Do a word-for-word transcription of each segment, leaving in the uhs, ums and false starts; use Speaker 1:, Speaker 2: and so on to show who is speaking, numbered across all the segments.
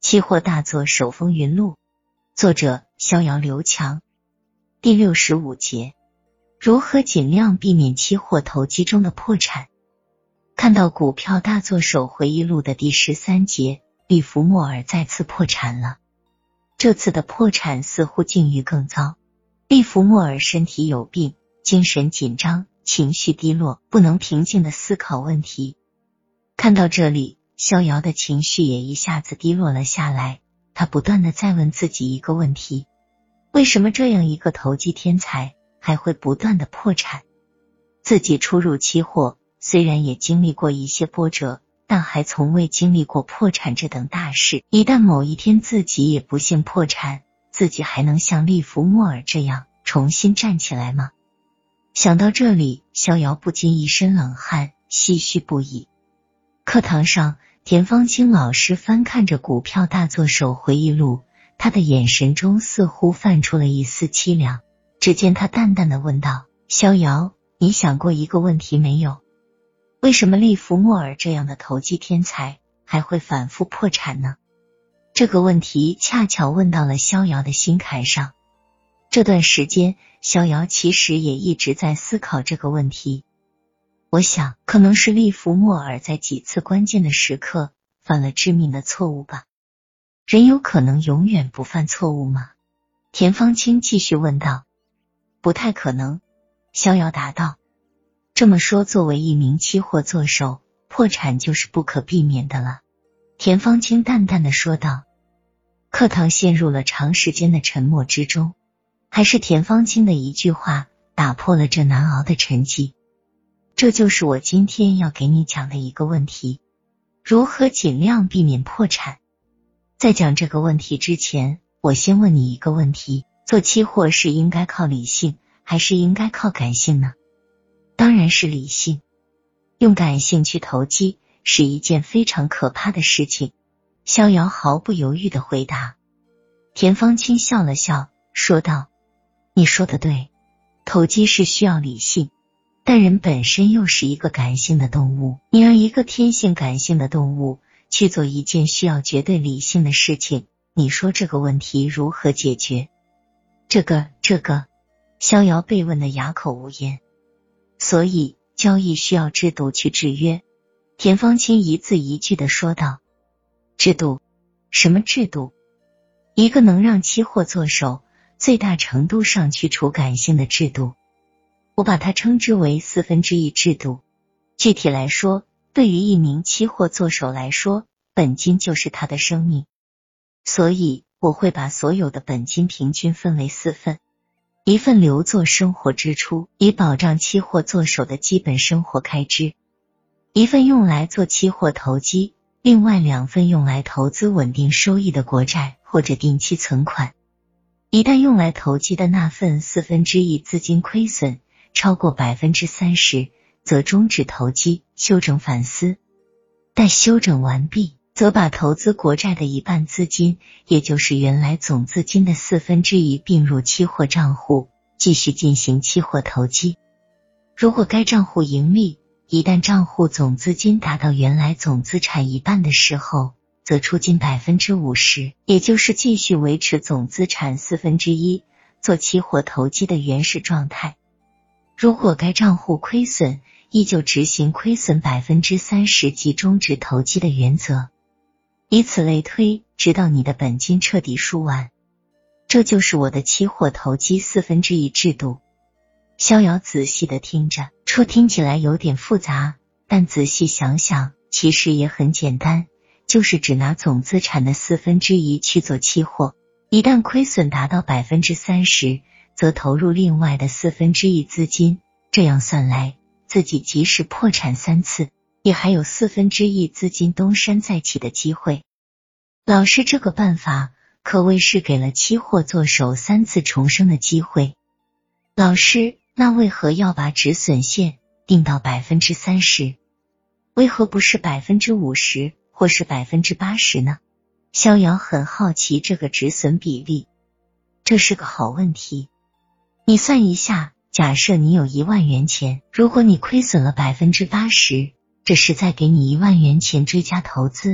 Speaker 1: 期货大作手风云录，作者逍遥刘强。第六十五节，如何尽量避免期货投机中的破产。看到股票大作手回忆录的第十三节，利弗莫尔再次破产了。这次的破产似乎境遇更糟。利弗莫尔身体有病，精神紧张，情绪低落，不能平静地思考问题。看到这里，逍遥的情绪也一下子低落了下来，他不断地在问自己一个问题：为什么这样一个投机天才还会不断地破产？自己初入期货，虽然也经历过一些波折，但还从未经历过破产这等大事。一旦某一天自己也不幸破产，自己还能像利弗莫尔这样重新站起来吗？想到这里，逍遥不禁一身冷汗，唏嘘不已。课堂上，田方清老师翻看着股票大作手回忆录，他的眼神中似乎泛出了一丝凄凉。只见他淡淡地问道：逍遥，你想过一个问题没有？为什么利弗莫尔这样的投机天才还会反复破产呢？这个问题恰巧问到了逍遥的心坎上。这段时间，逍遥其实也一直在思考这个问题。我想，可能是利弗莫尔在几次关键的时刻犯了致命的错误吧。人有可能永远不犯错误吗？田方清继续问道。不太可能，逍遥答道。这么说，作为一名期货作手，破产就是不可避免的了。田方清淡淡地说道。课堂陷入了长时间的沉默之中，还是田方清的一句话打破了这难熬的沉寂。这就是我今天要给你讲的一个问题：如何尽量避免破产。在讲这个问题之前，我先问你一个问题：做期货是应该靠理性，还是应该靠感性呢？当然是理性。用感性去投机是一件非常可怕的事情。逍遥毫不犹豫地回答。田方清笑了笑，说道：你说的对，投机是需要理性，但人本身又是一个感性的动物，你让一个天性感性的动物去做一件需要绝对理性的事情，你说这个问题如何解决？这个这个逍遥被问得哑口无言。所以交易需要制度去制约。田方清一字一句地说道。制度？什么制度？一个能让期货作手最大程度上去除感性的制度。我把它称之为四分之一制度。具体来说，对于一名期货作手来说，本金就是他的生命。所以我会把所有的本金平均分为四份。一份留作生活支出，以保障期货作手的基本生活开支；一份用来做期货投机，另外两份用来投资稳定收益的国债或者定期存款。一旦用来投机的那份四分之一资金亏损超过百分之三十，则终止投机，休整反思。待休整完毕，则把投资国债的一半资金，也就是原来总资金的四分之一并入期货账户，继续进行期货投机。如果该账户盈利，一旦账户总资金达到原来总资产一半的时候，则出金百分之五十，也就是继续维持总资产四分之一做期货投机的原始状态。如果该账户亏损，依旧执行亏损百分之三十即终止投机的原则。以此类推，直到你的本金彻底输完。这就是我的期货投机四分之一制度。逍遥仔细地听着，初听起来有点复杂，但仔细想想，其实也很简单，就是只拿总资产的四分之一去做期货，一旦亏损达到百分之三十，则投入另外的四分之一资金，这样算来，自己即使破产三次，也还有四分之一资金东山再起的机会。老师这个办法可谓是给了期货作手三次重生的机会。老师，那为何要把止损线定到百分之三十？为何不是百分之五十或是百分之八十呢？逍遥很好奇这个止损比例。这是个好问题。你算一下，假设你有一万元钱，如果你亏损了百分之八十，这是在给你一万元钱追加投资，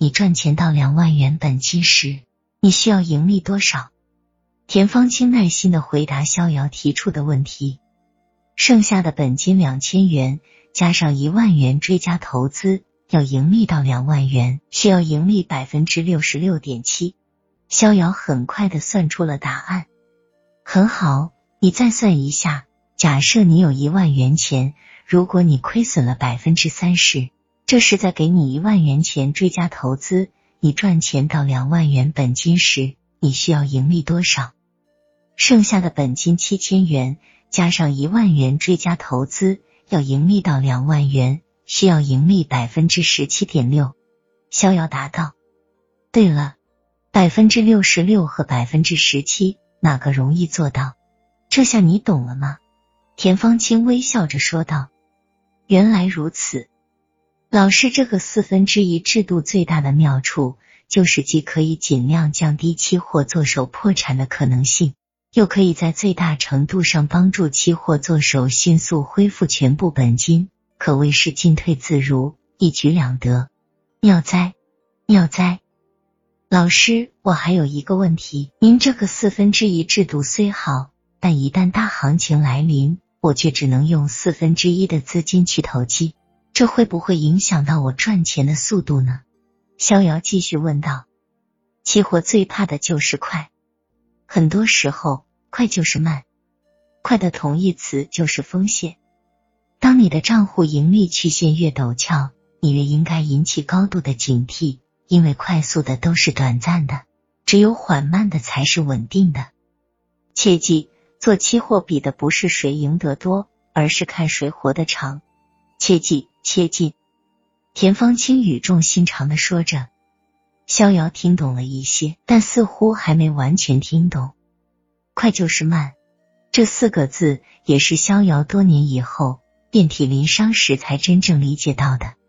Speaker 1: 你赚钱到两万元本金时，你需要盈利多少？田方清耐心地回答逍遥提出的问题。剩下的本金两千元，加上一万元追加投资，要盈利到两万元，需要盈利 百分之六十六点七。 逍遥很快地算出了答案。很好，你再算一下，假设你有一万元钱，如果你亏损了 百分之三十， 这是在给你一万元钱追加投资，你赚钱到两万元本金时，你需要盈利多少？剩下的本金七千元，加上一万元追加投资，要盈利到两万元，需要盈利 百分之十七点六。 逍遥答道。对了， 百分之六十六 和 百分之十七 哪个容易做到？这下你懂了吗？田方清微笑着说道。原来如此。老师，这个四分之一制度最大的妙处，就是既可以尽量降低期货做手破产的可能性，又可以在最大程度上帮助期货做手迅速恢复全部本金，可谓是进退自如，一举两得。妙哉，妙哉！老师，我还有一个问题，您这个四分之一制度虽好，但一旦大行情来临，我却只能用四分之一的资金去投机，这会不会影响到我赚钱的速度呢？逍遥继续问道。期货最怕的就是快，很多时候快就是慢，快的同义词就是风险。当你的账户盈利曲线越陡峭，你越应该引起高度的警惕，因为快速的都是短暂的，只有缓慢的才是稳定的。切记，做期货比的不是谁赢得多，而是看谁活得长。切记，切记。田方清语重心长地说着。逍遥听懂了一些，但似乎还没完全听懂。快就是慢，这四个字也是逍遥多年以后遍体鳞伤时才真正理解到的。